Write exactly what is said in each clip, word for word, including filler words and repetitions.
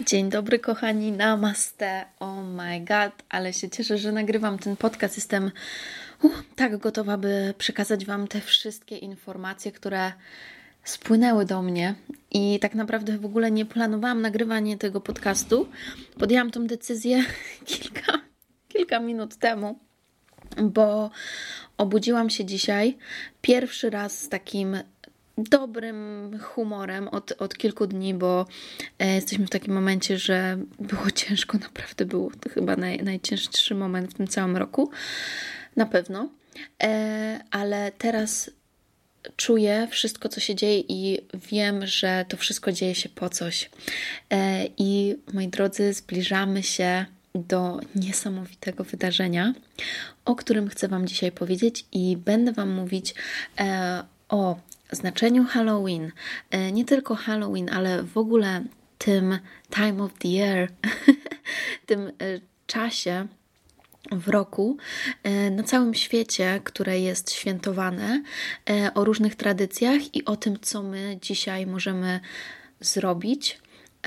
Dzień dobry kochani, namaste, oh my god, ale się cieszę, że nagrywam ten podcast. Jestem uh, tak gotowa, by przekazać Wam te wszystkie informacje, które spłynęły do mnie i tak naprawdę w ogóle nie planowałam nagrywania tego podcastu. Podjęłam tą decyzję kilka, kilka minut temu, bo obudziłam się dzisiaj pierwszy raz z takim dobrym humorem od, od kilku dni, bo e, jesteśmy w takim momencie, że było ciężko, naprawdę było. To chyba naj, najcięższy moment w tym całym roku, na pewno. E, ale teraz czuję wszystko, co się dzieje i wiem, że to wszystko dzieje się po coś. E, I moi drodzy, zbliżamy się do niesamowitego wydarzenia, o którym chcę Wam dzisiaj powiedzieć i będę Wam mówić e, o znaczeniu Halloween. Nie tylko Halloween, ale w ogóle tym time of the year, tym czasie w roku na całym świecie, które jest świętowane, o różnych tradycjach i o tym, co my dzisiaj możemy zrobić,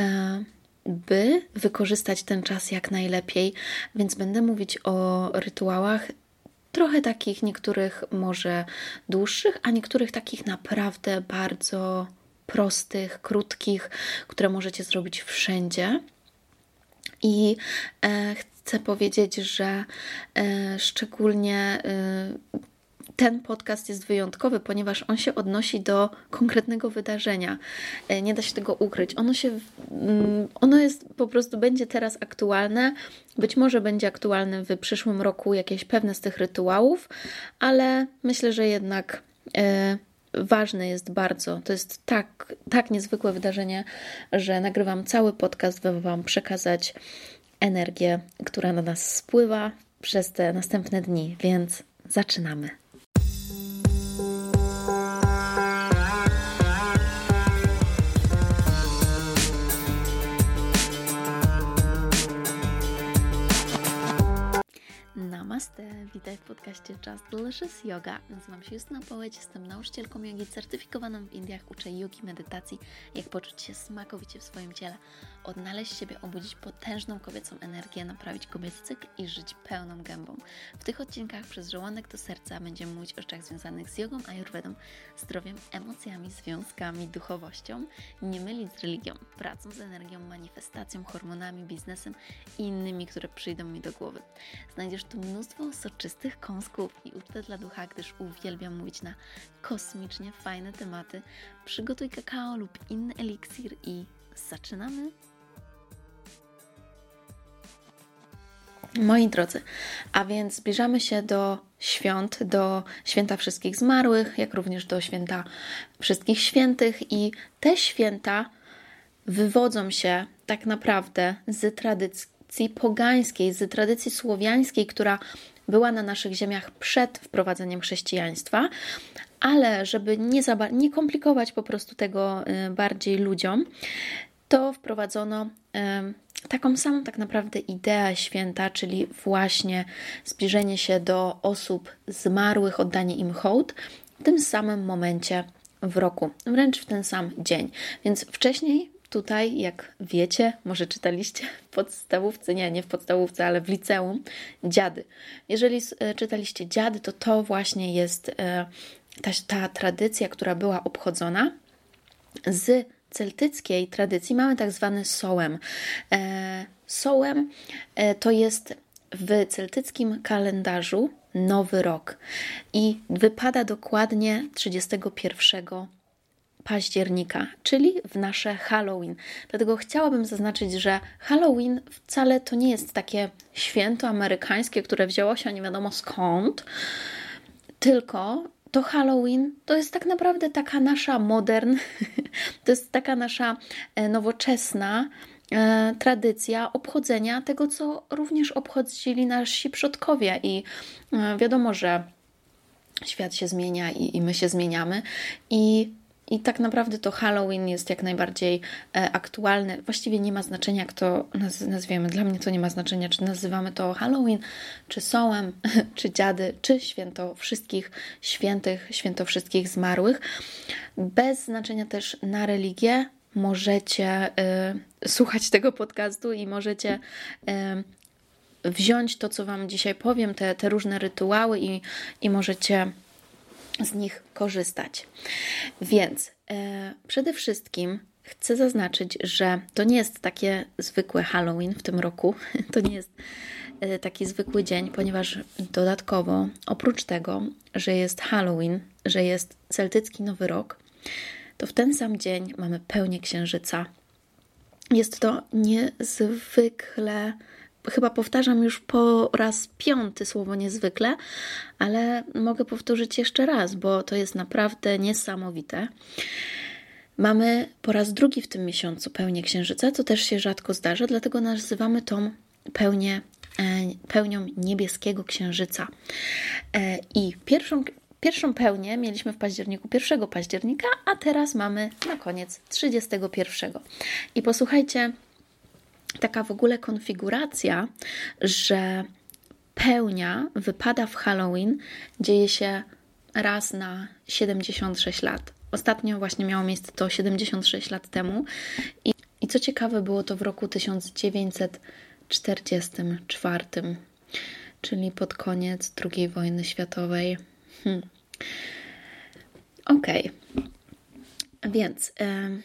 by wykorzystać ten czas jak najlepiej. Więc będę mówić o rytuałach, trochę takich niektórych może dłuższych, a niektórych takich naprawdę bardzo prostych, krótkich, które możecie zrobić wszędzie. I e, chcę powiedzieć, że e, szczególnie e, ten podcast jest wyjątkowy, ponieważ on się odnosi do konkretnego wydarzenia. Nie da się tego ukryć. Ono się, ono jest po prostu, będzie teraz aktualne. Być może będzie aktualne w przyszłym roku jakieś pewne z tych rytuałów, ale myślę, że jednak e, ważne jest bardzo. To jest tak, tak niezwykłe wydarzenie, że nagrywam cały podcast, by Wam przekazać energię, która na nas spływa przez te następne dni, więc zaczynamy. Namaste, witaj w podcaście Just Delicious Yoga. Nazywam się Justyna Połeć, jestem nauczycielką jogi certyfikowaną w Indiach, uczę jogi, medytacji, jak poczuć się smakowicie w swoim ciele, odnaleźć siebie, obudzić potężną kobiecą energię, naprawić kobiecy cykl i żyć pełną gębą. W tych odcinkach przez żołądek do serca będziemy mówić o rzeczach związanych z jogą, ajurwedą, zdrowiem, emocjami, związkami, duchowością, nie mylić z religią, pracą z energią, manifestacją, hormonami, biznesem i innymi, które przyjdą mi do głowy. Znajdziesz tu mnóstwo soczystych kąsków i ucztę dla ducha, gdyż uwielbiam mówić na kosmicznie fajne tematy. Przygotuj kakao lub inny eliksir i zaczynamy! Moi drodzy, a więc zbliżamy się do świąt, do Święta Wszystkich Zmarłych, jak również do Święta Wszystkich Świętych i te święta wywodzą się tak naprawdę z tradycji pogańskiej, z tradycji słowiańskiej, która była na naszych ziemiach przed wprowadzeniem chrześcijaństwa, ale żeby nie, zaba- nie komplikować po prostu tego y, bardziej ludziom, to wprowadzono y, taką samą tak naprawdę ideę święta, czyli właśnie zbliżenie się do osób zmarłych, oddanie im hołd w tym samym momencie w roku, wręcz w ten sam dzień. Więc wcześniej tutaj, jak wiecie, może czytaliście w podstawówce, nie, nie w podstawówce, ale w liceum, dziady. Jeżeli czytaliście dziady, to to właśnie jest ta, ta tradycja, która była obchodzona. Z celtyckiej tradycji mamy tak zwany sołem. Sołem to jest w celtyckim kalendarzu nowy rok i wypada dokładnie trzydziestego pierwszego października, czyli w nasze Halloween. Dlatego chciałabym zaznaczyć, że Halloween wcale to nie jest takie święto amerykańskie, które wzięło się nie wiadomo skąd, tylko to Halloween to jest tak naprawdę taka nasza modern, to jest taka nasza nowoczesna e, tradycja obchodzenia tego, co również obchodzili nasi przodkowie i e, wiadomo, że świat się zmienia i, i my się zmieniamy i I tak naprawdę to Halloween jest jak najbardziej e, aktualne. Właściwie nie ma znaczenia, jak to naz- nazwiemy. Dla mnie to nie ma znaczenia, czy nazywamy to Halloween, czy Sołem, czy Dziady, czy Święto Wszystkich Świętych, Święto Wszystkich Zmarłych. Bez znaczenia też na religię możecie y, słuchać tego podcastu i możecie wziąć to, co Wam dzisiaj powiem, te, te różne rytuały i, i możecie z nich korzystać. Więc e, przede wszystkim chcę zaznaczyć, że to nie jest takie zwykłe Halloween w tym roku. To nie jest e, taki zwykły dzień, ponieważ dodatkowo, oprócz tego, że jest Halloween, że jest celtycki Nowy Rok, to w ten sam dzień mamy pełnię księżyca. Jest to niezwykle, chyba powtarzam już po raz piąty słowo niezwykle, ale mogę powtórzyć jeszcze raz, bo to jest naprawdę niesamowite. Mamy po raz drugi w tym miesiącu pełnię księżyca, co też się rzadko zdarza, dlatego nazywamy tą pełnię pełnią niebieskiego księżyca. I pierwszą Pierwszą pełnię mieliśmy w październiku, pierwszego października, a teraz mamy na koniec trzydziestego pierwszego. I posłuchajcie, taka w ogóle konfiguracja, że pełnia wypada w Halloween, dzieje się raz na siedemdziesiąt sześć lat. Ostatnio właśnie miało miejsce to siedemdziesiąt sześć lat temu i, i co ciekawe, było to w roku tysiąc dziewięćset czterdziestym czwartym, czyli pod koniec drugiej wojny światowej. Hmm. Okej, okay. Więc y,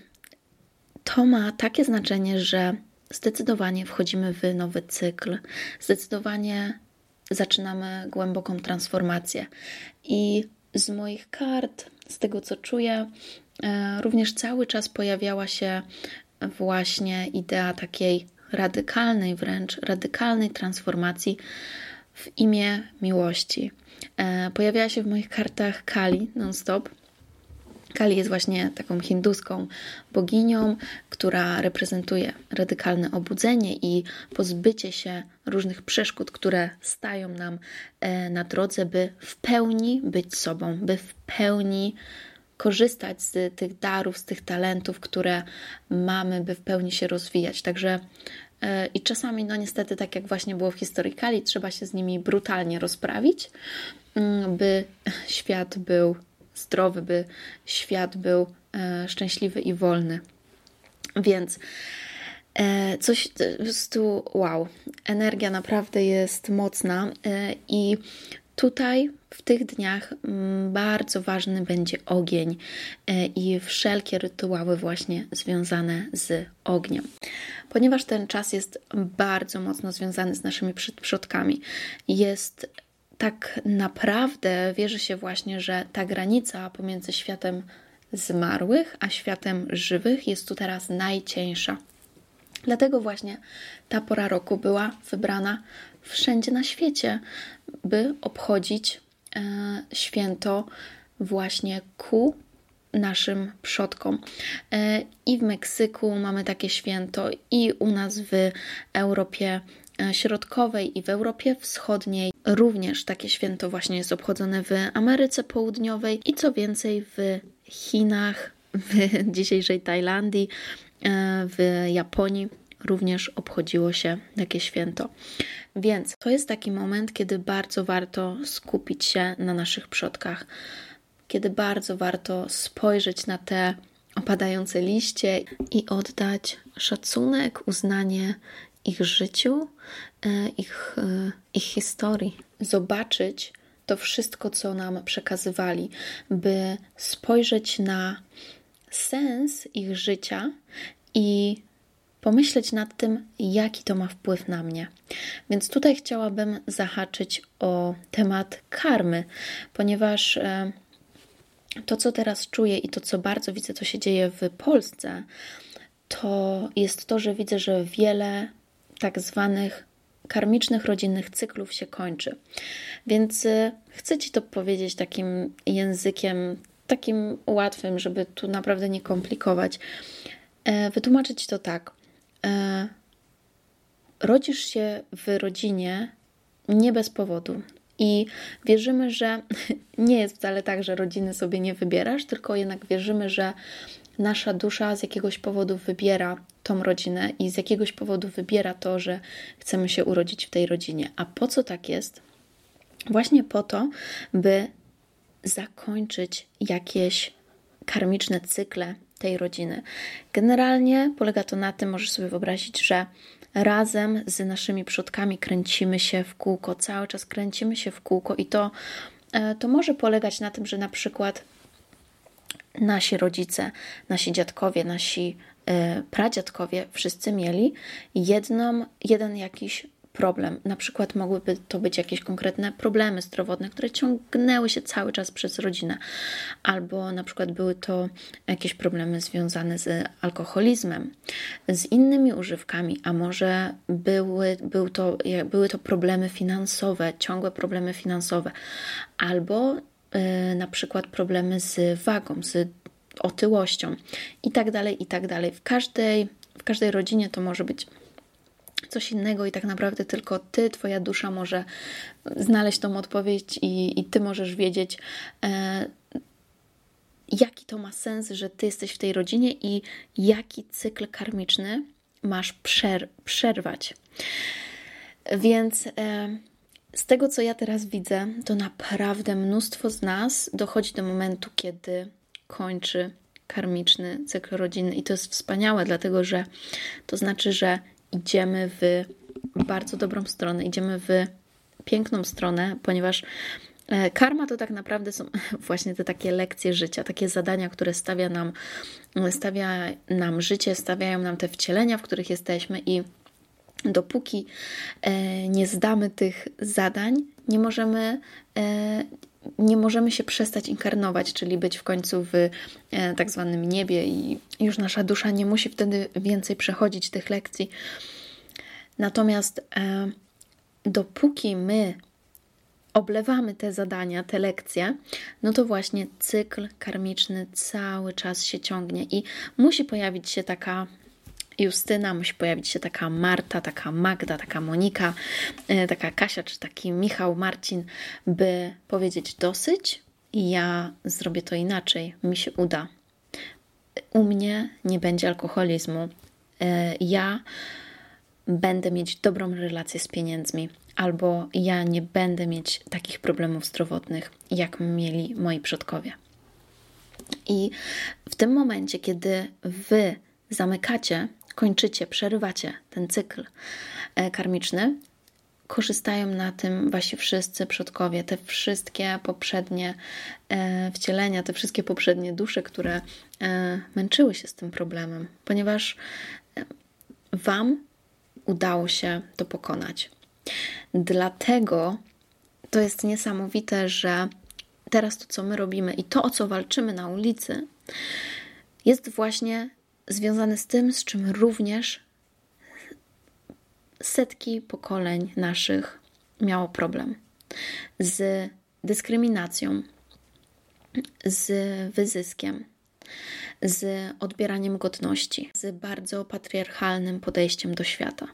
to ma takie znaczenie, że zdecydowanie wchodzimy w nowy cykl, zdecydowanie zaczynamy głęboką transformację i z moich kart, z tego co czuję, y, również cały czas pojawiała się właśnie idea takiej radykalnej, wręcz radykalnej transformacji w imię miłości. Pojawiała się w moich kartach Kali non-stop. Kali jest właśnie taką hinduską boginią, która reprezentuje radykalne obudzenie i pozbycie się różnych przeszkód, które stają nam na drodze, by w pełni być sobą, by w pełni korzystać z tych darów, z tych talentów, które mamy, by w pełni się rozwijać. Także i czasami, no niestety, tak jak właśnie było w historii Kali, trzeba się z nimi brutalnie rozprawić, by świat był zdrowy, by świat był szczęśliwy i wolny. Więc coś po prostu wow, energia naprawdę jest mocna i tutaj w tych dniach bardzo ważny będzie ogień i wszelkie rytuały właśnie związane z ogniem. Ponieważ ten czas jest bardzo mocno związany z naszymi przodkami, jest tak naprawdę, wierzy się właśnie, że ta granica pomiędzy światem zmarłych a światem żywych jest tu teraz najcieńsza. Dlatego właśnie ta pora roku była wybrana wszędzie na świecie, by obchodzić e, święto właśnie ku naszym przodkom. E, I w Meksyku mamy takie święto, i u nas w Europie Środkowej i w Europie Wschodniej również takie święto właśnie jest obchodzone w Ameryce Południowej i co więcej w Chinach, w dzisiejszej Tajlandii, w Japonii również obchodziło się takie święto. Więc to jest taki moment, kiedy bardzo warto skupić się na naszych przodkach, kiedy bardzo warto spojrzeć na te opadające liście i oddać szacunek, uznanie ich życiu, ich, ich historii. Zobaczyć to wszystko, co nam przekazywali, by spojrzeć na sens ich życia i pomyśleć nad tym, jaki to ma wpływ na mnie. Więc tutaj chciałabym zahaczyć o temat karmy, ponieważ to, co teraz czuję i to, co bardzo widzę, co się dzieje w Polsce, to jest to, że widzę, że wiele tak zwanych karmicznych, rodzinnych cyklów się kończy. Więc chcę Ci to powiedzieć takim językiem, takim łatwym, żeby tu naprawdę nie komplikować. Wytłumaczyć to tak. Rodzisz się w rodzinie nie bez powodu. I wierzymy, że nie jest wcale tak, że rodziny sobie nie wybierasz, tylko jednak wierzymy, że nasza dusza z jakiegoś powodu wybiera tą rodzinę i z jakiegoś powodu wybiera to, że chcemy się urodzić w tej rodzinie. A po co tak jest? Właśnie po to, by zakończyć jakieś karmiczne cykle, tej rodziny. Generalnie polega to na tym, możesz sobie wyobrazić, że razem z naszymi przodkami kręcimy się w kółko, cały czas kręcimy się w kółko i to, to może polegać na tym, że na przykład nasi rodzice, nasi dziadkowie, nasi y, pradziadkowie wszyscy mieli jedną, jeden jakiś problem. Na przykład mogłyby to być jakieś konkretne problemy zdrowotne, które ciągnęły się cały czas przez rodzinę. Albo na przykład były to jakieś problemy związane z alkoholizmem, z innymi używkami, a może były, był to, były to problemy finansowe, ciągłe problemy finansowe. Albo yy, na przykład problemy z wagą, z otyłością i tak dalej, i tak dalej. W każdej, w każdej rodzinie to może być coś innego i tak naprawdę tylko Ty, Twoja dusza może znaleźć tą odpowiedź i, i Ty możesz wiedzieć, e, jaki to ma sens, że Ty jesteś w tej rodzinie i jaki cykl karmiczny masz przer- przerwać. Więc e, z tego, co ja teraz widzę, to naprawdę mnóstwo z nas dochodzi do momentu, kiedy kończy karmiczny cykl rodzinny i to jest wspaniałe, dlatego że to znaczy, że idziemy w bardzo dobrą stronę, idziemy w piękną stronę, ponieważ karma to tak naprawdę są właśnie te takie lekcje życia, takie zadania, które stawia nam, stawia nam życie, stawiają nam te wcielenia, w których jesteśmy i dopóki nie zdamy tych zadań, nie możemy nie możemy się przestać inkarnować, czyli być w końcu w tak zwanym niebie i już nasza dusza nie musi wtedy więcej przechodzić tych lekcji. Natomiast e, dopóki my oblewamy te zadania, te lekcje, no to właśnie cykl karmiczny cały czas się ciągnie i musi pojawić się taka Justyna, musi pojawić się taka Marta, taka Magda, taka Monika, taka Kasia, czy taki Michał, Marcin, by powiedzieć dosyć i ja zrobię to inaczej, mi się uda. U mnie nie będzie alkoholizmu. Ja będę mieć dobrą relację z pieniędzmi, albo ja nie będę mieć takich problemów zdrowotnych, jak mieli moi przodkowie. I w tym momencie, kiedy wy zamykacie, kończycie, przerywacie ten cykl karmiczny, korzystają na tym wasi wszyscy przodkowie, te wszystkie poprzednie wcielenia, te wszystkie poprzednie dusze, które męczyły się z tym problemem, ponieważ wam udało się to pokonać. Dlatego to jest niesamowite, że teraz to, co my robimy i to, o co walczymy na ulicy, jest właśnie związane z tym, z czym również setki pokoleń naszych miało problem. Z dyskryminacją, z wyzyskiem, z odbieraniem godności, z bardzo patriarchalnym podejściem do świata,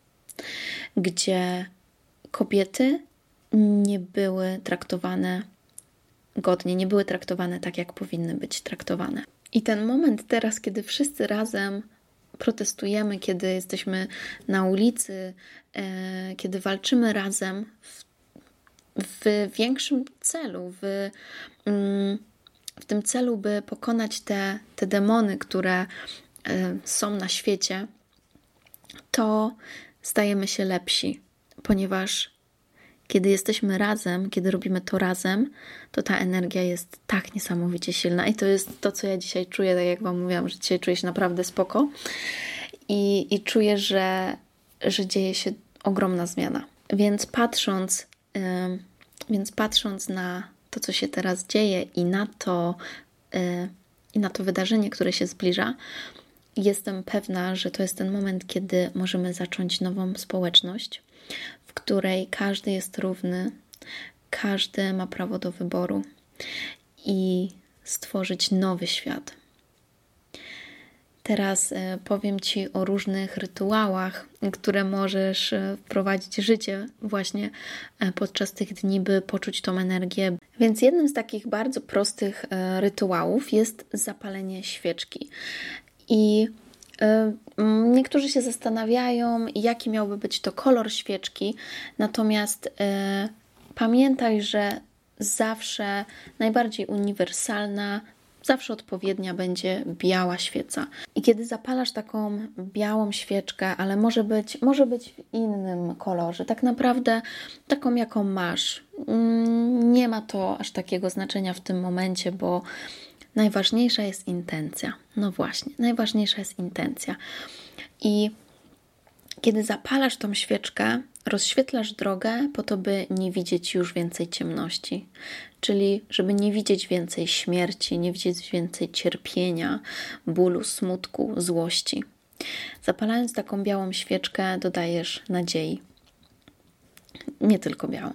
gdzie kobiety nie były traktowane godnie, nie były traktowane tak, jak powinny być traktowane. I ten moment teraz, kiedy wszyscy razem protestujemy, kiedy jesteśmy na ulicy, e, kiedy walczymy razem w, w większym celu, w, mm, w tym celu, by pokonać te, te demony, które e, są na świecie, to stajemy się lepsi, ponieważ kiedy jesteśmy razem, kiedy robimy to razem, to ta energia jest tak niesamowicie silna. I to jest to, co ja dzisiaj czuję, tak jak wam mówiłam, że dzisiaj czuję się naprawdę spoko. I, i czuję, że, że dzieje się ogromna zmiana. Więc patrząc, yy, więc patrząc na to, co się teraz dzieje i na to, yy, i na to wydarzenie, które się zbliża, jestem pewna, że to jest ten moment, kiedy możemy zacząć nową społeczność, w której każdy jest równy, każdy ma prawo do wyboru i stworzyć nowy świat. Teraz powiem Ci o różnych rytuałach, które możesz wprowadzić w życie właśnie podczas tych dni, by poczuć tą energię. Więc jednym z takich bardzo prostych rytuałów jest zapalenie świeczki. I niektórzy się zastanawiają, jaki miałby być to kolor świeczki, natomiast y, pamiętaj, że zawsze najbardziej uniwersalna zawsze odpowiednia będzie biała świeca. I kiedy zapalasz taką białą świeczkę, ale może być, może być w innym kolorze, tak naprawdę taką, jaką masz, nie ma to aż takiego znaczenia w tym momencie, bo najważniejsza jest intencja. No właśnie, najważniejsza jest intencja. I kiedy zapalasz tą świeczkę, rozświetlasz drogę po to, by nie widzieć już więcej ciemności. Czyli żeby nie widzieć więcej śmierci, nie widzieć więcej cierpienia, bólu, smutku, złości. Zapalając taką białą świeczkę, dodajesz nadziei. Nie tylko białą.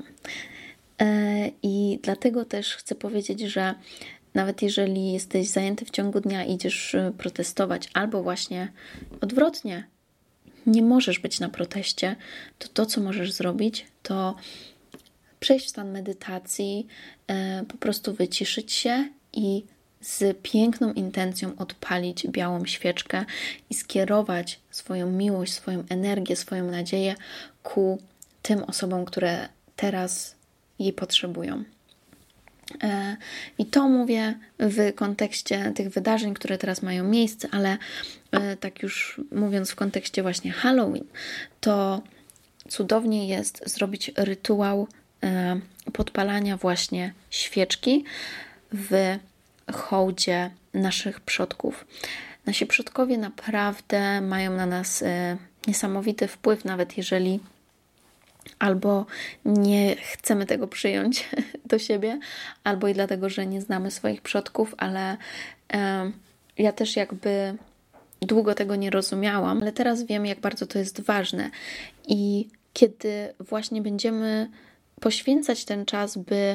I dlatego też chcę powiedzieć, że nawet jeżeli jesteś zajęty w ciągu dnia i idziesz protestować, albo właśnie odwrotnie, nie możesz być na proteście, to to, co możesz zrobić, to przejść w stan medytacji, po prostu wyciszyć się i z piękną intencją odpalić białą świeczkę i skierować swoją miłość, swoją energię, swoją nadzieję ku tym osobom, które teraz jej potrzebują. I to mówię w kontekście tych wydarzeń, które teraz mają miejsce, ale tak już mówiąc w kontekście właśnie Halloween, to cudownie jest zrobić rytuał podpalania właśnie świeczki w hołdzie naszych przodków. Nasi przodkowie naprawdę mają na nas niesamowity wpływ, nawet jeżeli albo nie chcemy tego przyjąć do siebie, albo i dlatego, że nie znamy swoich przodków, ale e, ja też jakby długo tego nie rozumiałam, ale teraz wiem, jak bardzo to jest ważne. I kiedy właśnie będziemy poświęcać ten czas, by,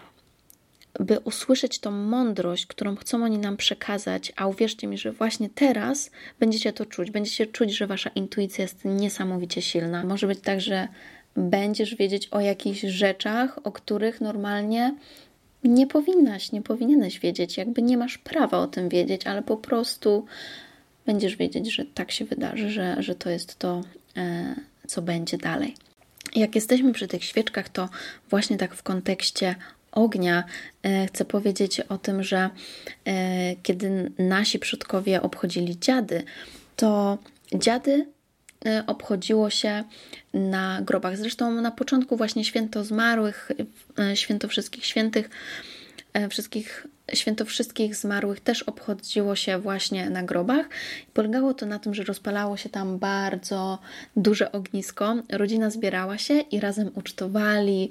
by usłyszeć tą mądrość, którą chcą oni nam przekazać, a uwierzcie mi, że właśnie teraz będziecie to czuć. Będziecie czuć, że wasza intuicja jest niesamowicie silna. Może być tak, że będziesz wiedzieć o jakichś rzeczach, o których normalnie nie powinnaś, nie powinieneś wiedzieć. Jakby nie masz prawa o tym wiedzieć, ale po prostu będziesz wiedzieć, że tak się wydarzy, że, że to jest to, e, co będzie dalej. Jak jesteśmy przy tych świeczkach, to właśnie tak w kontekście ognia e, chcę powiedzieć o tym, że e, kiedy nasi przodkowie obchodzili dziady, to dziady obchodziło się na grobach. Zresztą na początku właśnie święto zmarłych, święto wszystkich świętych, wszystkich, święto wszystkich zmarłych też obchodziło się właśnie na grobach. Polegało to na tym, że rozpalało się tam bardzo duże ognisko. Rodzina zbierała się i razem ucztowali,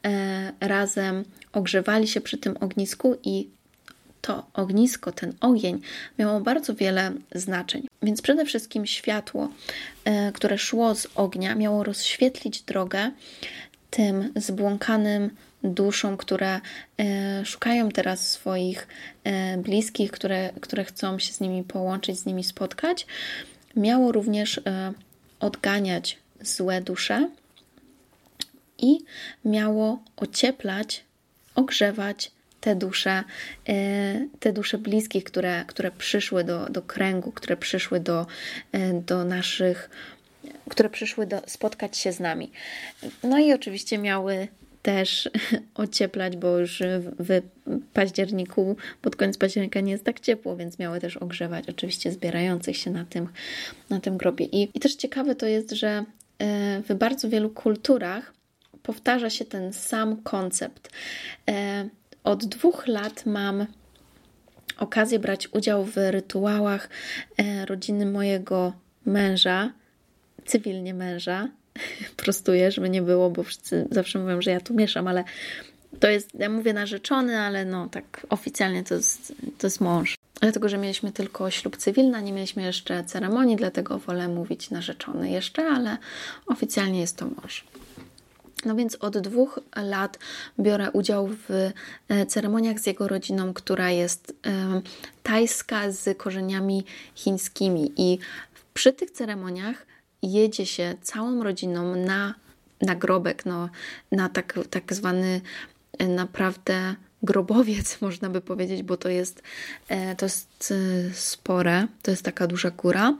razem ogrzewali się przy tym ognisku i to ognisko, ten ogień miało bardzo wiele znaczeń. Więc przede wszystkim światło, które szło z ognia, miało rozświetlić drogę tym zbłąkanym duszom, które szukają teraz swoich bliskich, które, które chcą się z nimi połączyć, z nimi spotkać. Miało również odganiać złe dusze i miało ocieplać, ogrzewać te dusze, te dusze bliskich, które, które przyszły do, do kręgu, które przyszły do, do naszych, które przyszły do, spotkać się z nami. No i oczywiście miały też ocieplać, bo już w październiku, pod koniec października nie jest tak ciepło, więc miały też ogrzewać oczywiście zbierających się na tym, na tym grobie. I, i też ciekawe to jest, że w bardzo wielu kulturach powtarza się ten sam koncept. Od dwóch lat mam okazję brać udział w rytuałach rodziny mojego męża, cywilnie męża. Prostuję, żeby nie było, bo wszyscy zawsze mówią, że ja tu mieszam, ale to jest, ja mówię narzeczony, ale no tak oficjalnie to jest, to jest mąż. Dlatego, że mieliśmy tylko ślub cywilny, nie mieliśmy jeszcze ceremonii, dlatego wolę mówić narzeczony jeszcze, ale oficjalnie jest to mąż. No więc od dwóch lat biorę udział w ceremoniach z jego rodziną, która jest tajska z korzeniami chińskimi. I przy tych ceremoniach jedzie się całą rodziną na nagrobek, no, na tak, tak zwany naprawdę grobowiec, można by powiedzieć, bo to jest, to jest spore, to jest taka duża góra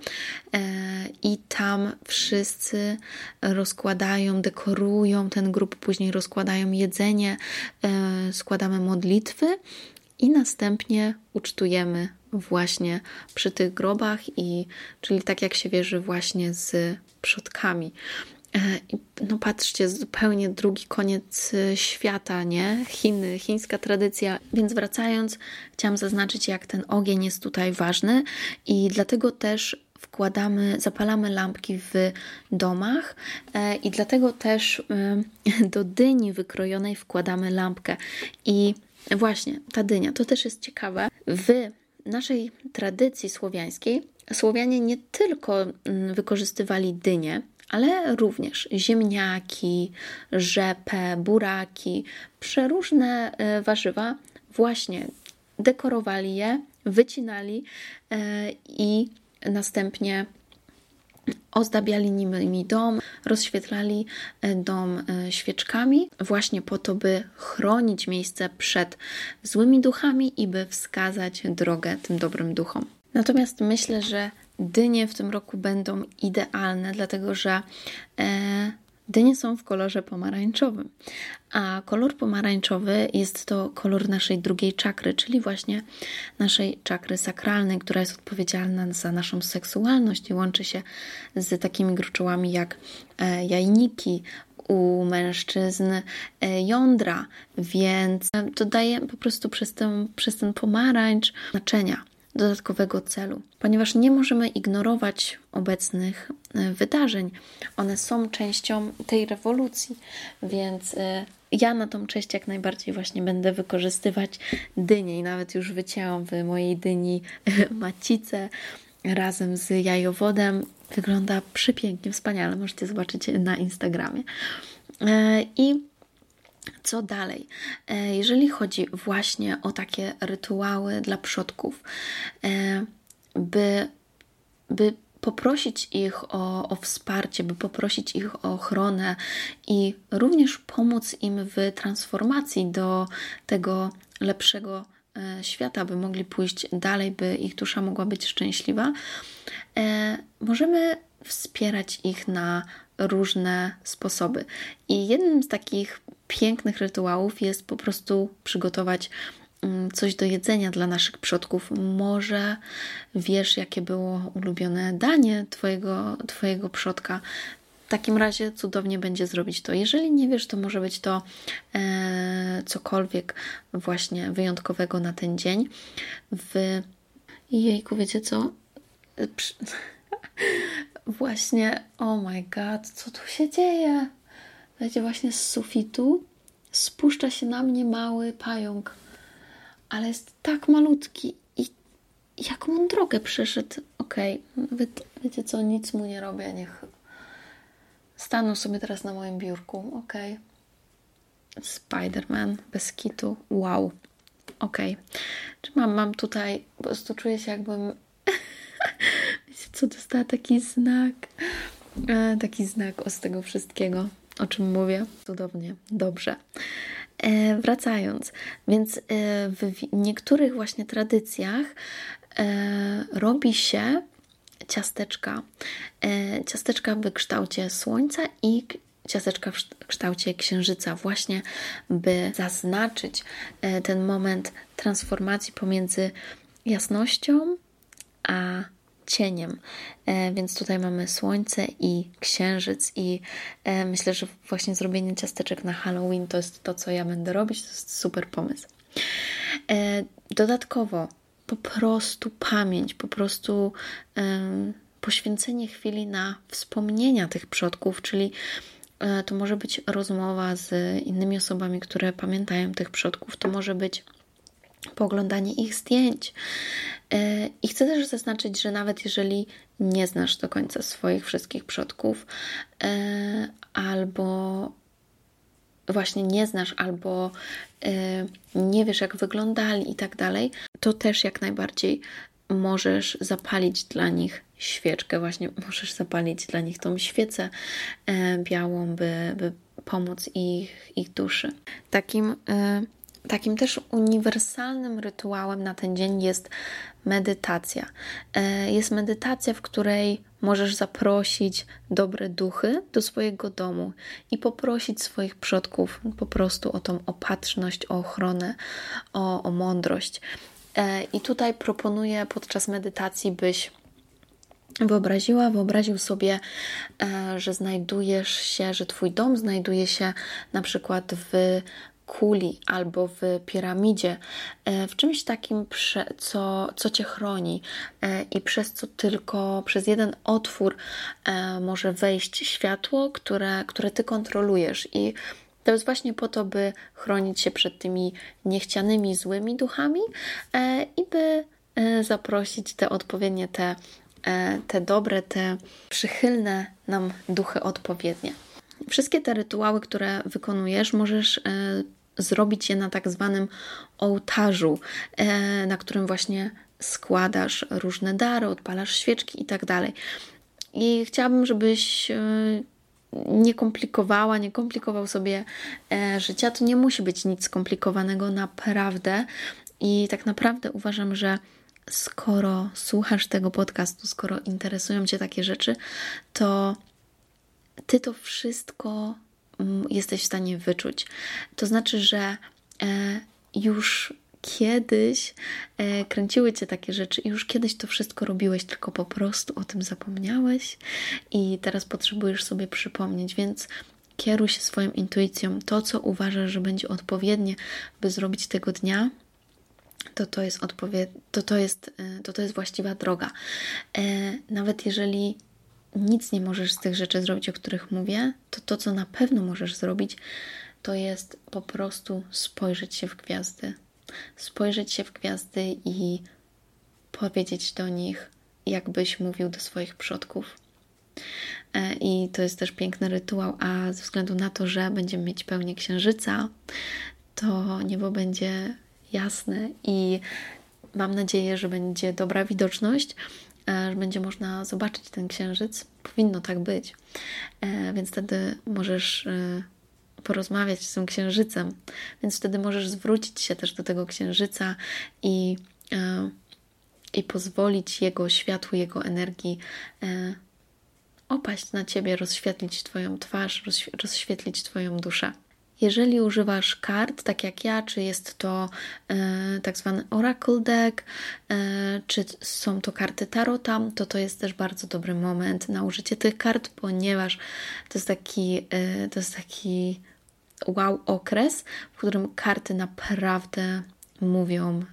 i tam wszyscy rozkładają, dekorują ten grób, później rozkładają jedzenie, składamy modlitwy i następnie ucztujemy właśnie przy tych grobach, i czyli tak jak się wierzy właśnie z przodkami. I no patrzcie, zupełnie drugi koniec świata, nie? Chiny, chińska tradycja. Więc wracając, chciałam zaznaczyć, jak ten ogień jest tutaj ważny i dlatego też wkładamy, zapalamy lampki w domach i dlatego też do dyni wykrojonej wkładamy lampkę. I właśnie ta dynia, to też jest ciekawe. W naszej tradycji słowiańskiej Słowianie nie tylko wykorzystywali dynię, ale również ziemniaki, rzepę, buraki, przeróżne warzywa, właśnie dekorowali je, wycinali i następnie ozdabiali nimi dom, rozświetlali dom świeczkami, właśnie po to, by chronić miejsce przed złymi duchami i by wskazać drogę tym dobrym duchom. Natomiast myślę, że dynie w tym roku będą idealne, dlatego że e, dynie są w kolorze pomarańczowym, a kolor pomarańczowy jest to kolor naszej drugiej czakry, czyli właśnie naszej czakry sakralnej, która jest odpowiedzialna za naszą seksualność i łączy się z takimi gruczołami jak e, jajniki, u mężczyzn e, jądra, więc to daje po prostu przez ten, przez ten pomarańcz znaczenia, dodatkowego celu, ponieważ nie możemy ignorować obecnych wydarzeń. One są częścią tej rewolucji, więc ja na tą cześć jak najbardziej właśnie będę wykorzystywać dynię i nawet już wycięłam w mojej dyni macicę razem z jajowodem. Wygląda przepięknie, wspaniale, możecie zobaczyć na Instagramie. I co dalej? Jeżeli chodzi właśnie o takie rytuały dla przodków, by, by poprosić ich o, o wsparcie, by poprosić ich o ochronę i również pomóc im w transformacji do tego lepszego świata, by mogli pójść dalej, by ich dusza mogła być szczęśliwa, możemy wspierać ich na różne sposoby. I jednym z takich pięknych rytuałów jest po prostu przygotować coś do jedzenia dla naszych przodków. Może wiesz, jakie było ulubione danie twojego, twojego przodka. W takim razie cudownie będzie zrobić to. Jeżeli nie wiesz, to może być to e, cokolwiek właśnie wyjątkowego na ten dzień. W... Jejku, wiecie co? Przy... Właśnie, oh my god, co tu się dzieje? Wiecie, właśnie z sufitu spuszcza się na mnie mały pająk, ale jest tak malutki i jaką on drogę przeszedł. Okej, okay. Wie, wiecie co, nic mu nie robię, niech stanął sobie teraz na moim biurku. Okej. Okay. Spider-Man bez kitu. Wow. Okej. Okay. Czy mam, mam tutaj, po prostu czuję się jakbym wiecie co, dostała taki znak. E, taki znak z tego wszystkiego, o czym mówię. Cudownie, dobrze. E, wracając, więc e, w niektórych właśnie tradycjach e, robi się ciasteczka. E, ciasteczka w kształcie słońca i ciasteczka w kształcie księżyca, właśnie by zaznaczyć e, ten moment transformacji pomiędzy jasnością a cieniem. E, więc tutaj mamy słońce i księżyc i e, myślę, że właśnie zrobienie ciasteczek na Halloween to jest to, co ja będę robić. To jest super pomysł. E, dodatkowo po prostu pamięć, po prostu e, poświęcenie chwili na wspomnienia tych przodków, czyli e, to może być rozmowa z innymi osobami, które pamiętają tych przodków. To może być pooglądanie ich zdjęć. I chcę też zaznaczyć, że nawet jeżeli nie znasz do końca swoich wszystkich przodków, albo właśnie nie znasz, albo nie wiesz, jak wyglądali i tak dalej, to też jak najbardziej możesz zapalić dla nich świeczkę, właśnie możesz zapalić dla nich tą świecę białą, by, by pomóc ich, ich duszy. Takim Takim też uniwersalnym rytuałem na ten dzień jest medytacja. Jest medytacja, w której możesz zaprosić dobre duchy do swojego domu i poprosić swoich przodków po prostu o tą opatrzność, o ochronę, o, o mądrość. I tutaj proponuję podczas medytacji, byś wyobraziła, wyobraził sobie, że znajdujesz się, że Twój dom znajduje się na przykład w kuli albo w piramidzie, w czymś takim, co, co Cię chroni i przez co tylko przez jeden otwór może wejść światło, które, które Ty kontrolujesz. I to jest właśnie po to, by chronić się przed tymi niechcianymi, złymi duchami i by zaprosić te odpowiednie, te, te dobre, te przychylne nam duchy odpowiednie. Wszystkie te rytuały, które wykonujesz, możesz zrobić je na tak zwanym ołtarzu, na którym właśnie składasz różne dary, odpalasz świeczki i tak dalej. I chciałabym, żebyś nie komplikowała, nie komplikował sobie życia. To nie musi być nic skomplikowanego, naprawdę. I tak naprawdę uważam, że skoro słuchasz tego podcastu, skoro interesują Cię takie rzeczy, to Ty to wszystko jesteś w stanie wyczuć. To znaczy, że już kiedyś kręciły Cię takie rzeczy i już kiedyś to wszystko robiłeś, tylko po prostu o tym zapomniałeś i teraz potrzebujesz sobie przypomnieć, więc kieruj się swoją intuicją. To, co uważasz, że będzie odpowiednie, by zrobić tego dnia, to to jest odpowied- to, to jest, to to jest właściwa droga. Nawet jeżeli nic nie możesz z tych rzeczy zrobić, o których mówię, to to, co na pewno możesz zrobić, to jest po prostu spojrzeć się w gwiazdy. Spojrzeć się w gwiazdy i powiedzieć do nich, jakbyś mówił do swoich przodków. I to jest też piękny rytuał, a ze względu na to, że będziemy mieć pełnię księżyca, to niebo będzie jasne i mam nadzieję, że będzie dobra widoczność, że będzie można zobaczyć ten księżyc. Powinno tak być. Więc wtedy możesz porozmawiać z tym księżycem. Więc wtedy możesz zwrócić się też do tego księżyca i, i pozwolić jego światłu, jego energii opaść na Ciebie, rozświetlić Twoją twarz, rozświetlić Twoją duszę. Jeżeli używasz kart, tak jak ja, czy jest to e, tak zwany Oracle Deck, e, czy są to karty Tarota, to to jest też bardzo dobry moment na użycie tych kart, ponieważ to jest taki, e, to jest taki wow okres, w którym karty naprawdę mówią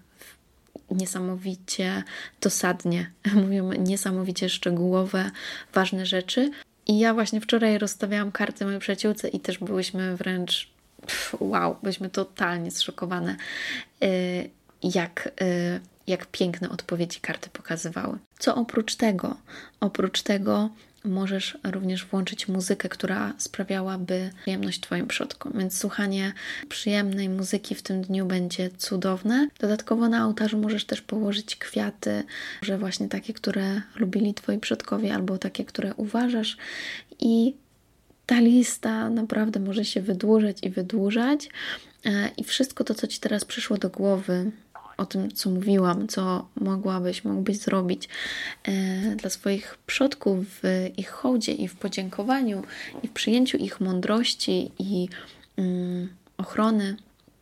niesamowicie dosadnie, mówią niesamowicie szczegółowe, ważne rzeczy. I ja właśnie wczoraj rozstawiałam karty mojej przyjaciółce i też byłyśmy wręcz pff, wow, byliśmy totalnie zszokowane, yy, jak, yy, jak piękne odpowiedzi karty pokazywały. Co oprócz tego? Oprócz tego możesz również włączyć muzykę, która sprawiałaby przyjemność Twoim przodkom. Więc słuchanie przyjemnej muzyki w tym dniu będzie cudowne. Dodatkowo na ołtarzu możesz też położyć kwiaty, może właśnie takie, które lubili Twoi przodkowie, albo takie, które uważasz. I ta lista naprawdę może się wydłużać i wydłużać. I wszystko to, co Ci teraz przyszło do głowy, o tym, co mówiłam, co mogłabyś, mógłbyś zrobić e, dla swoich przodków w ich hołdzie i w podziękowaniu i w przyjęciu ich mądrości i mm, ochrony,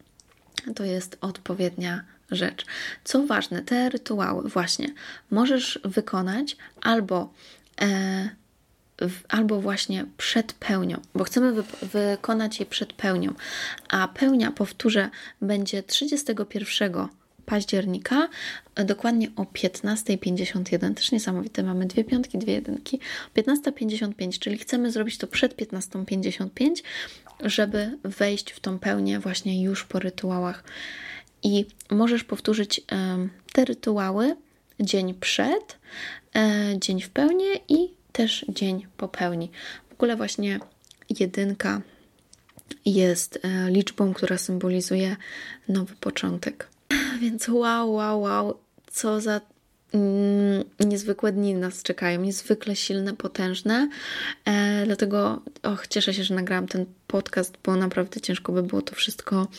to jest odpowiednia rzecz. Co ważne, te rytuały właśnie możesz wykonać albo e, w, albo właśnie przed pełnią, bo chcemy wy, wykonać je przed pełnią, a pełnia, powtórzę, będzie trzydziestego pierwszego października, dokładnie o piętnasta pięćdziesiąt jeden. Też niesamowite, mamy dwie piątki, dwie jedynki. piętnasta pięćdziesiąt pięć, czyli chcemy zrobić to przed piętnastą pięćdziesiąt pięć, żeby wejść w tą pełnię właśnie już po rytuałach. I możesz powtórzyć um, te rytuały dzień przed, e, dzień w pełni i też dzień po pełni. W ogóle właśnie jedynka jest e, liczbą, która symbolizuje nowy początek. Więc wow, wow, wow, co za mm, niezwykłe dni nas czekają, niezwykle silne, potężne. E, dlatego och, cieszę się, że nagrałam ten podcast, bo naprawdę ciężko by było to wszystko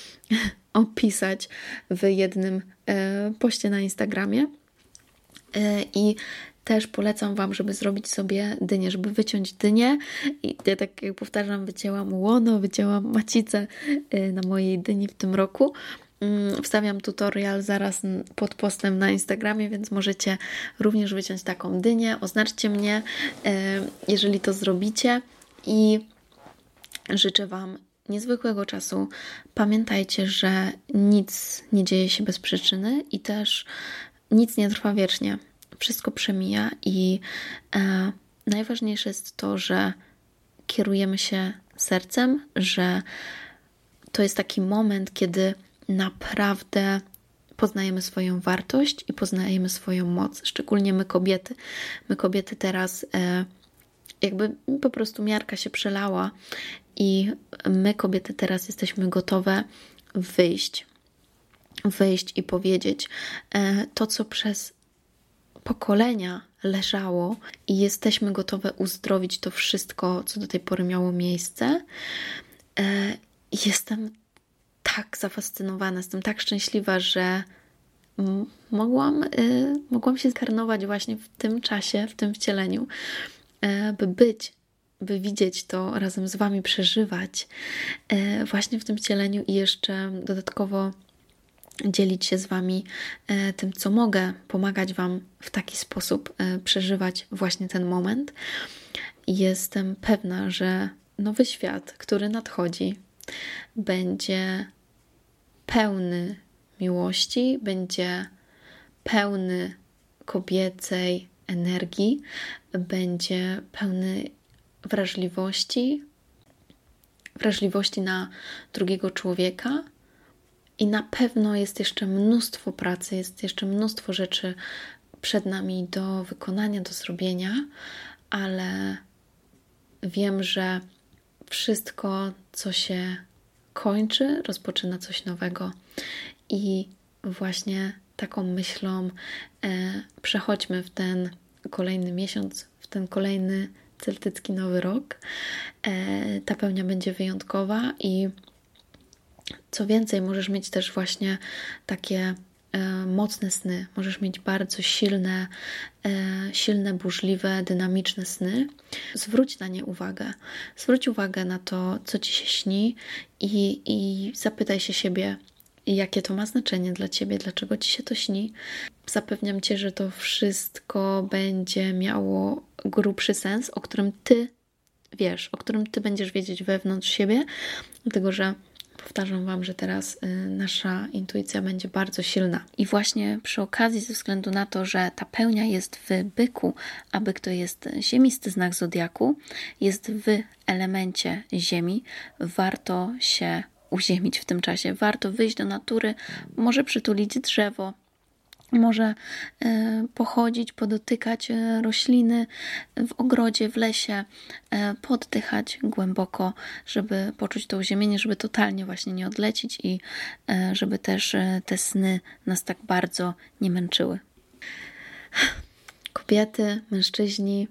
opisać w jednym e, poście na Instagramie. E, I też polecam Wam, żeby zrobić sobie dynię, żeby wyciąć dynię. I ja tak jak powtarzam, wycięłam łono, wycięłam macicę na mojej dyni w tym roku. Wstawiam tutorial zaraz pod postem na Instagramie, więc możecie również wyciąć taką dynię. Oznaczcie mnie, jeżeli to zrobicie, i życzę Wam niezwykłego czasu. Pamiętajcie, że nic nie dzieje się bez przyczyny i też nic nie trwa wiecznie. Wszystko przemija i e, najważniejsze jest to, że kierujemy się sercem, że to jest taki moment, kiedy naprawdę poznajemy swoją wartość i poznajemy swoją moc. Szczególnie my kobiety. My kobiety teraz e, jakby po prostu miarka się przelała i my kobiety teraz jesteśmy gotowe wyjść. Wyjść i powiedzieć e, to, co przez pokolenia leżało, i jesteśmy gotowe uzdrowić to wszystko, co do tej pory miało miejsce. E, jestem tak zafascynowana, jestem tak szczęśliwa, że m- mogłam, y, mogłam się zkarnować właśnie w tym czasie, w tym wcieleniu, y, by być, by widzieć to razem z Wami, przeżywać y, właśnie w tym wcieleniu i jeszcze dodatkowo dzielić się z Wami y, tym, co mogę, pomagać Wam w taki sposób y, przeżywać właśnie ten moment. I jestem pewna, że nowy świat, który nadchodzi, będzie pełny miłości, będzie pełny kobiecej energii, będzie pełny wrażliwości, wrażliwości na drugiego człowieka i na pewno jest jeszcze mnóstwo pracy, jest jeszcze mnóstwo rzeczy przed nami do wykonania, do zrobienia, ale wiem, że wszystko, co się kończy, rozpoczyna coś nowego. I właśnie taką myślą e, przechodźmy w ten kolejny miesiąc, w ten kolejny celtycki nowy rok. E, ta pełnia będzie wyjątkowa i co więcej, możesz mieć też właśnie takie e, mocne sny. Możesz mieć bardzo silne, e, silne, burzliwe, dynamiczne sny. Zwróć na nie uwagę. Zwróć uwagę na to, co Ci się śni i, i zapytaj się siebie, jakie to ma znaczenie dla Ciebie, dlaczego Ci się to śni. Zapewniam Cię, że to wszystko będzie miało grubszy sens, o którym Ty wiesz, o którym Ty będziesz wiedzieć wewnątrz siebie, dlatego że powtarzam Wam, że teraz y, nasza intuicja będzie bardzo silna. I właśnie przy okazji, ze względu na to, że ta pełnia jest w byku, a byk to jest ziemisty znak zodiaku, jest w elemencie ziemi, warto się uziemić w tym czasie. Warto wyjść do natury, może przytulić drzewo, może e, pochodzić, podotykać e, rośliny w ogrodzie, w lesie, e, poddychać głęboko, żeby poczuć to uziemienie, żeby totalnie właśnie nie odlecieć i e, żeby też e, te sny nas tak bardzo nie męczyły. Kobiety, mężczyźni,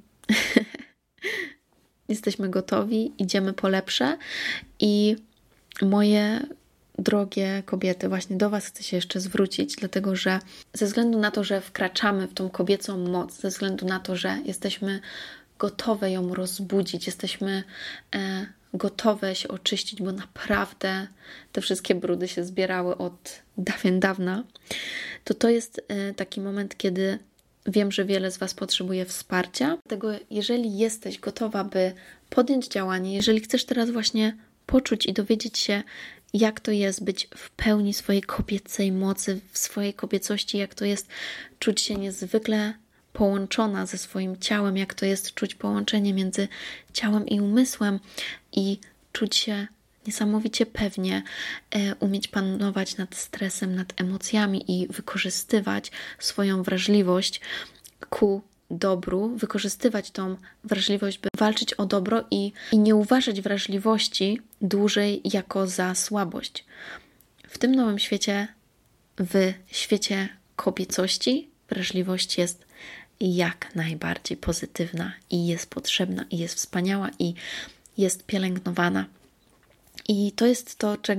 jesteśmy gotowi, idziemy po lepsze i moje drogie kobiety, właśnie do Was chcę się jeszcze zwrócić, dlatego że ze względu na to, że wkraczamy w tą kobiecą moc, ze względu na to, że jesteśmy gotowe ją rozbudzić, jesteśmy e, gotowe się oczyścić, bo naprawdę te wszystkie brudy się zbierały od dawien dawna, to to jest e, taki moment, kiedy wiem, że wiele z Was potrzebuje wsparcia. Dlatego jeżeli jesteś gotowa, by podjąć działanie, jeżeli chcesz teraz właśnie poczuć i dowiedzieć się, jak to jest być w pełni swojej kobiecej mocy, w swojej kobiecości, jak to jest czuć się niezwykle połączona ze swoim ciałem, jak to jest czuć połączenie między ciałem i umysłem i czuć się niesamowicie pewnie, e, umieć panować nad stresem, nad emocjami i wykorzystywać swoją wrażliwość ku dobru, wykorzystywać tą wrażliwość, by walczyć o dobro i, i nie uważać wrażliwości dłużej jako za słabość. W tym nowym świecie, w świecie kobiecości, wrażliwość jest jak najbardziej pozytywna i jest potrzebna, i jest wspaniała, i jest pielęgnowana. I to jest to, czego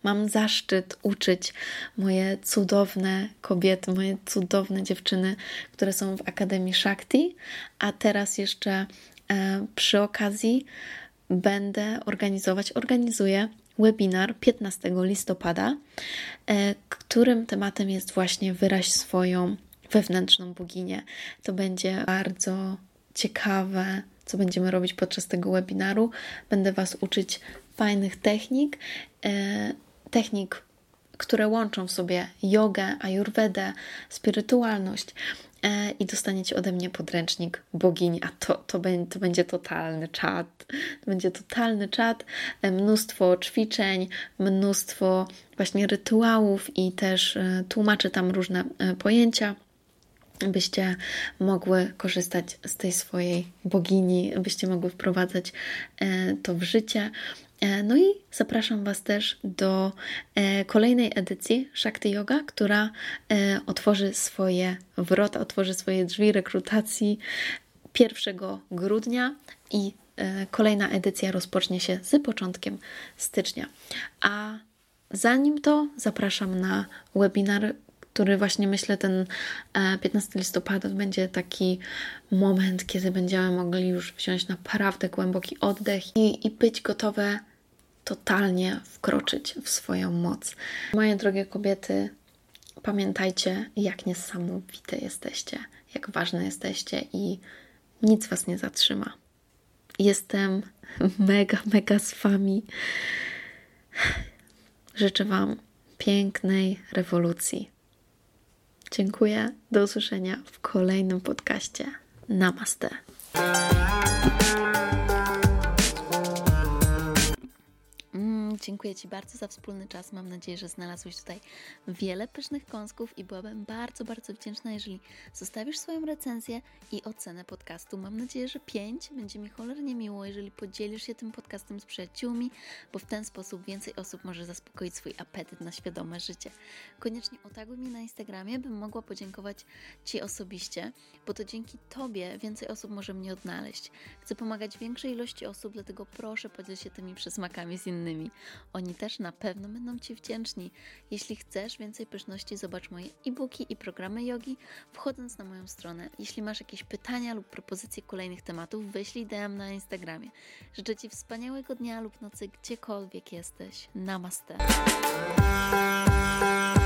Mam zaszczyt uczyć moje cudowne kobiety, moje cudowne dziewczyny, które są w Akademii Shakti, a teraz jeszcze e, przy okazji będę organizować, organizuję webinar piętnastego listopada, e, którym tematem jest właśnie wyraź swoją wewnętrzną boginię. To będzie bardzo ciekawe, co będziemy robić podczas tego webinaru. Będę Was uczyć fajnych technik, e, technik, które łączą w sobie jogę, ajurwedę, spirytualność e, i dostaniecie ode mnie podręcznik bogini, a to, to, będzie, to będzie totalny czat. To będzie totalny czat, e, mnóstwo ćwiczeń, mnóstwo właśnie rytuałów i też e, tłumaczę tam różne e, pojęcia, byście mogły korzystać z tej swojej bogini, byście mogły wprowadzać e, to w życie. No i zapraszam Was też do kolejnej edycji Shakti Yoga, która otworzy swoje wrota, otworzy swoje drzwi rekrutacji pierwszego grudnia i kolejna edycja rozpocznie się z początkiem stycznia. A zanim to zapraszam na webinar, który właśnie myślę ten piętnastego listopada będzie taki moment, kiedy będziemy mogli już wziąć naprawdę głęboki oddech i, i być gotowe totalnie wkroczyć w swoją moc. Moje drogie kobiety, pamiętajcie, jak niesamowite jesteście, jak ważne jesteście i nic Was nie zatrzyma. Jestem mega, mega z Wami. Życzę Wam pięknej rewolucji. Dziękuję. Do usłyszenia w kolejnym podcaście. Namaste. Dziękuję Ci bardzo za wspólny czas. Mam nadzieję, że znalazłeś tutaj wiele pysznych kąsków i byłabym bardzo, bardzo wdzięczna, jeżeli zostawisz swoją recenzję i ocenę podcastu. Mam nadzieję, że pięć. Będzie mi cholernie miło, jeżeli podzielisz się tym podcastem z przyjaciółmi, bo w ten sposób więcej osób może zaspokoić swój apetyt na świadome życie. Koniecznie otaguj mnie na Instagramie, bym mogła podziękować Ci osobiście, bo to dzięki Tobie więcej osób może mnie odnaleźć. Chcę pomagać większej ilości osób, dlatego proszę podziel się tymi przysmakami z innymi. Oni też na pewno będą Ci wdzięczni. Jeśli chcesz więcej pyszności, zobacz moje e-booki i programy jogi, wchodząc na moją stronę. Jeśli masz jakieś pytania lub propozycje kolejnych tematów, wyślij D M na Instagramie. Życzę Ci wspaniałego dnia lub nocy, gdziekolwiek jesteś. Namaste.